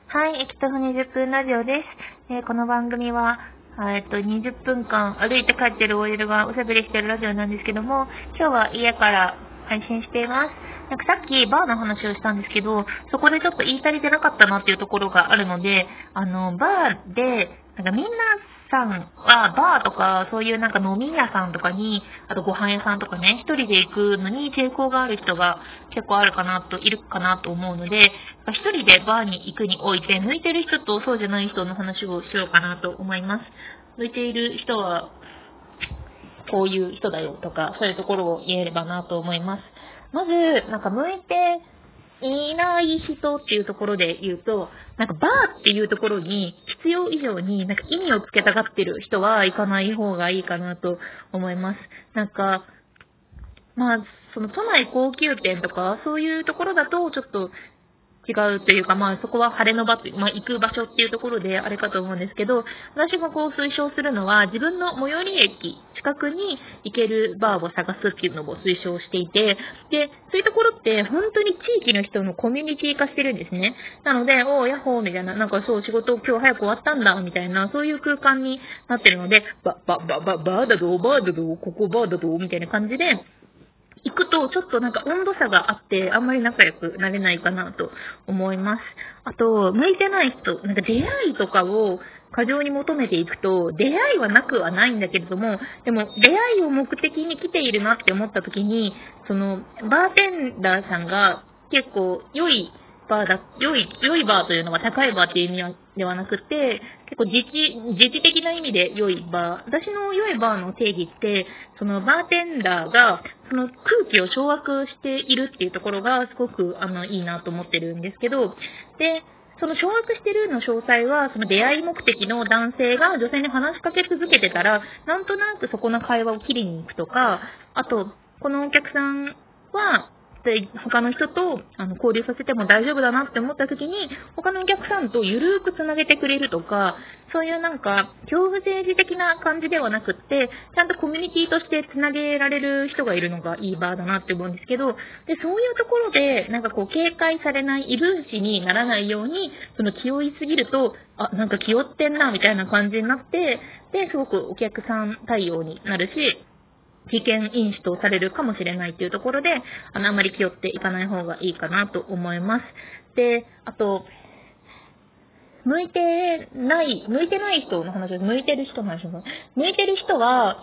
はい、駅徒歩20分ラジオです。この番組は、20分間歩いて帰ってる OL がおしゃべりしてるラジオなんですけども、今日は家から配信しています。なんかさっきバーの話をしたんですけど、そこでちょっと言い足りてなかったなっていうところがあるので、バーで、なんかみんなさんはバーとかそういうなんか飲み屋さんとかに、あとご飯屋さんとかね、一人で行くのに抵抗がある人が結構いるかなと思うので、一人でバーに行くにおいて、向いてる人とそうじゃない人の話をしようかなと思います。向いている人は、こういう人だよとか、そういうところを言えればなと思います。まず、なんか向いていない人っていうところで言うと、なんかバーっていうところに必要以上になんか意味をつけたがってる人は行かない方がいいかなと思います。なんか、その都内高級店とかそういうところだとちょっと違うというか、そこは晴れの場、行く場所っていうところであれかと思うんですけど、私がこう推奨するのは、自分の最寄り駅近くに行けるバーを探すっていうのを推奨していて、で、そういうところって本当に地域の人のコミュニティ化してるんですね。なので、ヤッホーみたいな、なんかそう仕事今日早く終わったんだ、みたいな、そういう空間になってるので、バーだぞ、ここバーだぞ、みたいな感じで、行くとちょっとなんか温度差があってあんまり仲良くなれないかなと思います。あと、向いてない人、なんか出会いとかを過剰に求めていくと、出会いはなくはないんだけれども、でも出会いを目的に来ているなって思った時に、そのバーテンダーさんが結構良いバーというのは高いバーっていう意味ではなくて、結構自治的な意味で良いバー。私の良いバーの定義って、そのバーテンダーがその空気を掌握しているっていうところがすごくいいなと思ってるんですけど、で、その掌握してるの詳細は、その出会い目的の男性が女性に話しかけ続けてたら、なんとなくそこの会話を切りに行くとか、あと、このお客さんは、他の人と交流させても大丈夫だなって思った時に、他のお客さんとゆるーくつなげてくれるとか、そういうなんか、恐怖政治的な感じではなくって、ちゃんとコミュニティとしてつなげられる人がいるのがいいバーだなって思うんですけど、で、そういうところで、なんかこう、警戒されない異分子にならないように、その気負いすぎると、なんか気負ってんな、みたいな感じになって、で、すごくお客さん対応になるし、危険因子とされるかもしれないっていうところで、あんまり気負っていかない方がいいかなと思います。で、あと、向いてない人の話です。向いてる人の話です。向いてる人は、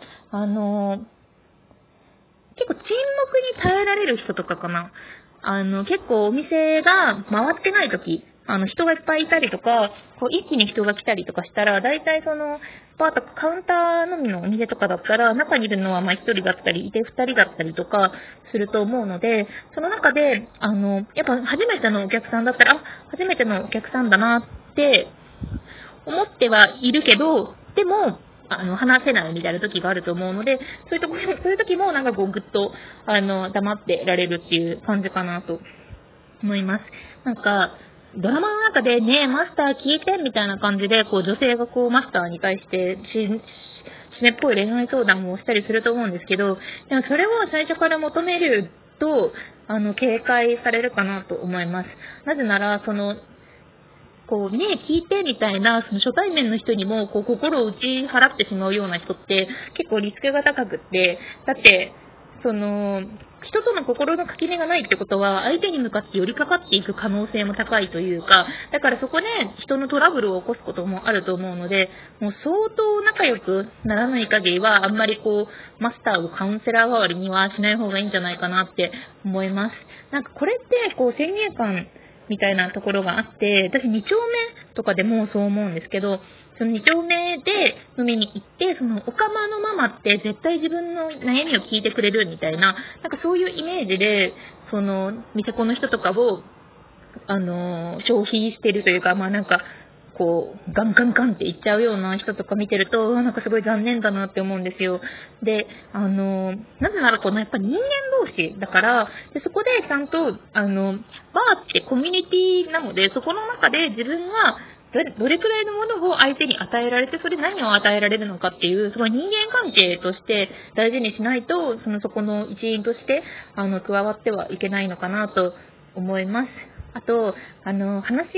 結構沈黙に耐えられる人とかかな。結構お店が回ってない時、人がいっぱいいたりとか、こう一気に人が来たりとかしたら、だいたいその、バーとかカウンターのみのお店とかだったら、中にいるのは一人だったり、いて二人だったりとかすると思うので、その中で、やっぱ初めてのお客さんだったら、初めてのお客さんだなって思ってはいるけど、でも、話せないみたいな時があると思うので、そういう時もなんかこうぐっと、黙ってられるっていう感じかなと思います。なんか、ドラマの中でね、マスター聞いてみたいな感じで、こう女性がこうマスターに対して湿っぽい恋愛相談をしたりすると思うんですけど、でもそれを最初から求めると、警戒されるかなと思います。なぜなら、こうね、聞いてみたいな、その初対面の人にも、こう、心を打ち払ってしまうような人って、結構リスクが高くって、だって、人との心の垣根がないってことは、相手に向かって寄りかかっていく可能性も高いというか、だからそこで人のトラブルを起こすこともあると思うので、もう相当仲良くならない限りは、あんまりこう、マスターをカウンセラー代わりにはしない方がいいんじゃないかなって思います。なんかこれって、こう、先入観、みたいなところがあって、私2丁目とかでもそう思うんですけど、その2丁目で飲みに行って、そのおかまのママって絶対自分の悩みを聞いてくれるみたいな、なんかそういうイメージで、その店子の人とかを、消費してるというか、なんか、こう、ガンガンガンって言っちゃうような人とか見てると、なんかすごい残念だなって思うんですよ。で、なぜならやっぱ人間同士だから、でそこでちゃんと、バーってコミュニティなので、そこの中で自分がどれくらいのものを相手に与えられて、それ何を与えられるのかっていう、その人間関係として大事にしないと、そこの一員として、加わってはいけないのかなと思います。あと、話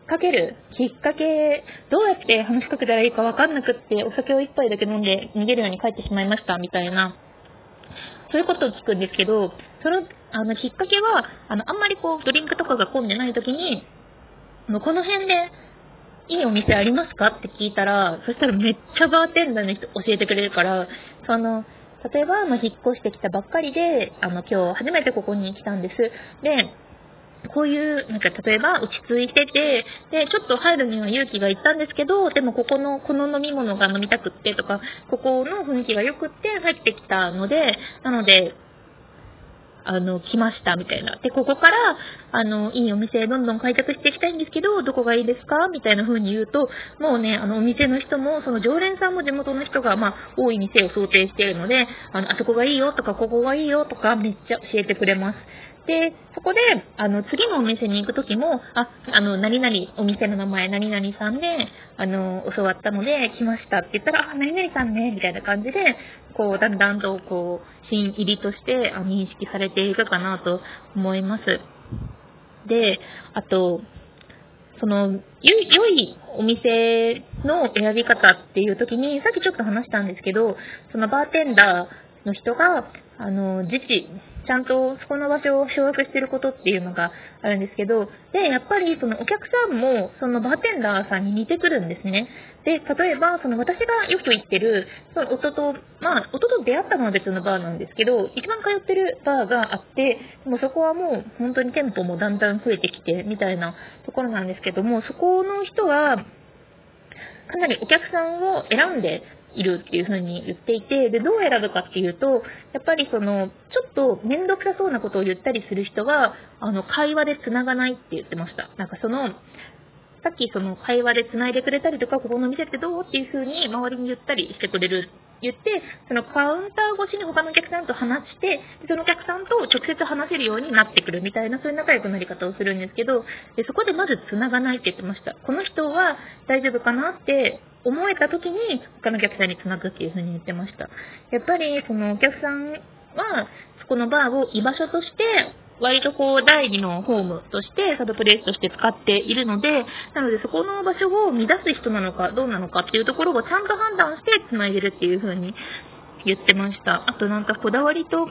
かけるきっかけ、どうやって話しかけたらいいかわかんなくって、お酒を一杯だけ飲んで逃げるように帰ってしまいましたみたいな、そういうことを聞くんですけど、そのきっかけはあんまりドリンクとかが混んでない時に、この辺でいいお店ありますかって聞いたら、そしたらめっちゃバーテンダーの人教えてくれるから、例えば引っ越してきたばっかりで、今日初めてここに来たんです。で、こういう、例えば落ち着いてて、で、ちょっと入るには勇気がいったんですけど、でもこの飲み物が飲みたくってとか、ここの雰囲気が良くって入ってきたので、なので、来ましたみたいな。で、ここから、いいお店どんどん開拓していきたいんですけど、どこがいいですかみたいな風に言うと、もうね、お店の人も、その常連さんも地元の人が、多い店を想定しているので、あそこがいいよとか、ここがいいよとか、めっちゃ教えてくれます。で、そこで、次のお店に行くときも、何々、お店の名前、何々さんで、教わったので、来ましたって言ったら、何々さんね、みたいな感じで、だんだんと、新入りとして認識されていくかなと思います。で、あと、良いお店の選び方っていう時に、さっきちょっと話したんですけど、そのバーテンダーの人が、ちゃんとそこの場所を掌握していることっていうのがあるんですけど、で、やっぱりそのお客さんもそのバーテンダーさんに似てくるんですね。で、例えば、私がよく行ってる、夫と出会ったのは別のバーなんですけど、一番通ってるバーがあって、でもそこはもう本当に店舗もだんだん増えてきて、みたいなところなんですけども、そこの人は、かなりお客さんを選んでいるっていう風に言っていて、で、どう選ぶかっていうと、やっぱりちょっとめんどくさそうなことを言ったりする人は、会話で繋がないって言ってました。さっき会話で繋いでくれたりとか、ここの店ってどうっていう風に周りに言ったりしてくれる。言って、そのカウンター越しに他のお客さんと話して、そのお客さんと直接話せるようになってくるみたいな、そういう仲良くなり方をするんですけど、でそこでまず繋がないって言ってました。この人は大丈夫かなって思えた時に他のお客さんに繋ぐっていう風に言ってました。やっぱりそのお客さんはそこのバーを居場所として割と第二のホームとしてサブプレイスとして使っているので、なのでそこの場所を乱す人なのかどうなのかっていうところをちゃんと判断して繋いでるっていう風に言ってました。あとこだわりと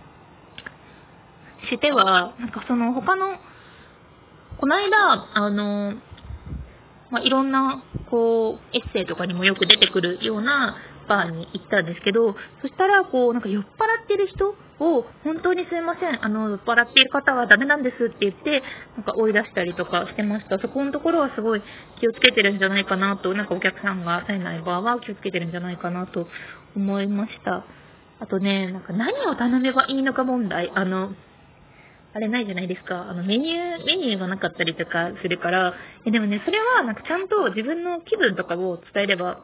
しては、他の、この間、いろんな、エッセイとかにもよく出てくるようなバーに行ったんですけど、そしたら、酔っ払ってる人を、本当にすいません、酔っ払っている方はダメなんですって言って、追い出したりとかしてました。そこのところはすごい気をつけてるんじゃないかなと、お客さんが冴えないバーは気をつけてるんじゃないかなと思いました。あとね、何を頼めばいいのか問題。あれないじゃないですか。メニューがなかったりとかするから。でもね、それはちゃんと自分の気分とかを伝えれば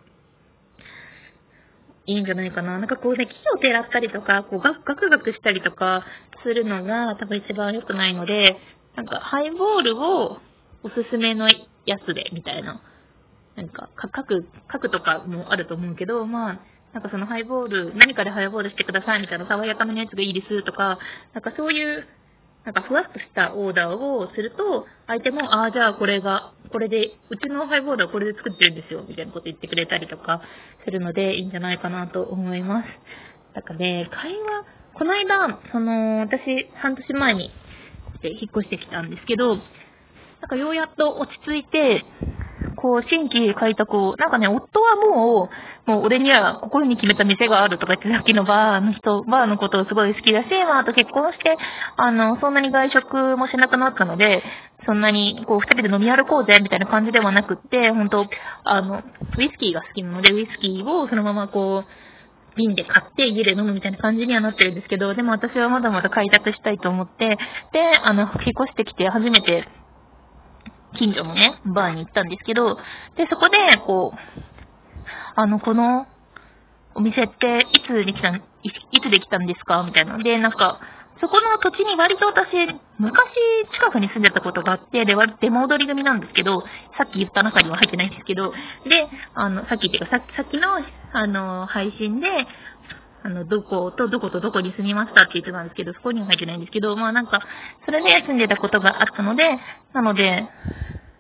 いいんじゃないかな。木をてらったりとか、ガクガクしたりとかするのが多分一番良くないので、ハイボールをおすすめのやつで、みたいな。書くとかもあると思うけど、そのハイボール、何かでハイボールしてくださいみたいな、爽やかめのやつがいいですとか、そういう、ふわっとしたオーダーをすると、相手も、じゃあこれで、うちのハイボールはこれで作ってるんですよ、みたいなこと言ってくれたりとかするので、いいんじゃないかなと思います。会話、この間、私、半年前に引っ越してきたんですけど、ようやっと落ち着いて、新規開拓を、夫はもう俺には心に決めた店があるとか言って、さっきのバーのことをすごい好きだし、あと結婚して、そんなに外食もしなくなったので、そんなに、二人で飲み歩こうぜ、みたいな感じではなくって、本当ウイスキーが好きなので、ウイスキーをそのまま瓶で買って家で飲むみたいな感じにはなってるんですけど、でも私はまだまだ開拓したいと思って、で、引っ越してきて初めて、近所のね、バーに行ったんですけど、で、そこで、このお店っていつできたんですかみたいなので、そこの土地に割と私、昔近くに住んでたことがあって、で、出戻り組なんですけど、さっき言った中には入ってないんですけど、で、さっきの、配信で、どことどこに住みましたって言ってたんですけど、そこには入ってないんですけど、それで住んでたことがあったので、なので、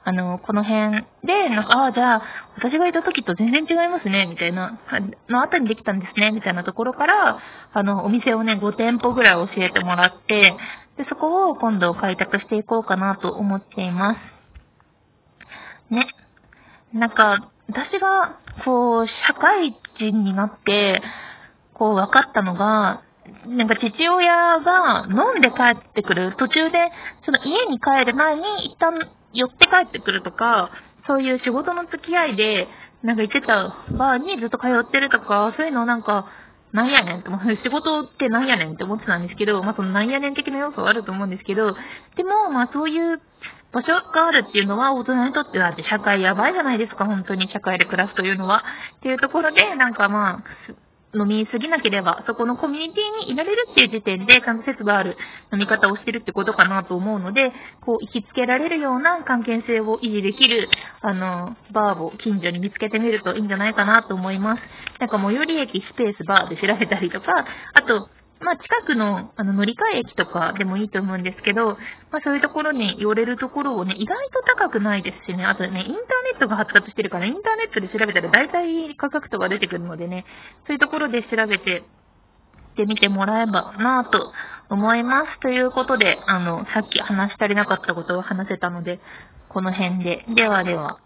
この辺で、なんか、じゃあ、私がいた時と全然違いますね、みたいな、の後にできたんですね、みたいなところから、お店をね、5店舗ぐらい教えてもらって、で、そこを今度開拓していこうかなと思っています。ね。なんか、私が、社会人になって、分かったのが、なんか父親が飲んで帰ってくる、途中で、その家に帰る前に一旦寄って帰ってくるとか、そういう仕事の付き合いで、なんか行ってたバーにずっと通ってるとか、そういうのなんか、なんやねんって、仕事ってなんやねんって思ってたんですけど、そのなんやねん的な要素はあると思うんですけど、でも、そういう場所があるっていうのは大人にとってはって社会やばいじゃないですか、本当に社会で暮らすというのは。っていうところで、なんか飲みすぎなければ、そこのコミュニティにいられるっていう時点で、ちゃんと節がある飲み方をしてるってことかなと思うので、行きつけられるような関係性を維持できる、バーを近所に見つけてみるといいんじゃないかなと思います。なんか最寄り駅スペースバーで調べたりとか、あと、近くの、乗り換え駅とかでもいいと思うんですけど、そういうところに寄れるところをね、意外と高くないですしね、あとね、インターネットが発達してるから、インターネットで調べたら大体価格とか出てくるのでね、そういうところで調べて、みてもらえばなぁと思います。ということで、さっき話し足りなかったことを話せたので、この辺で。ではでは。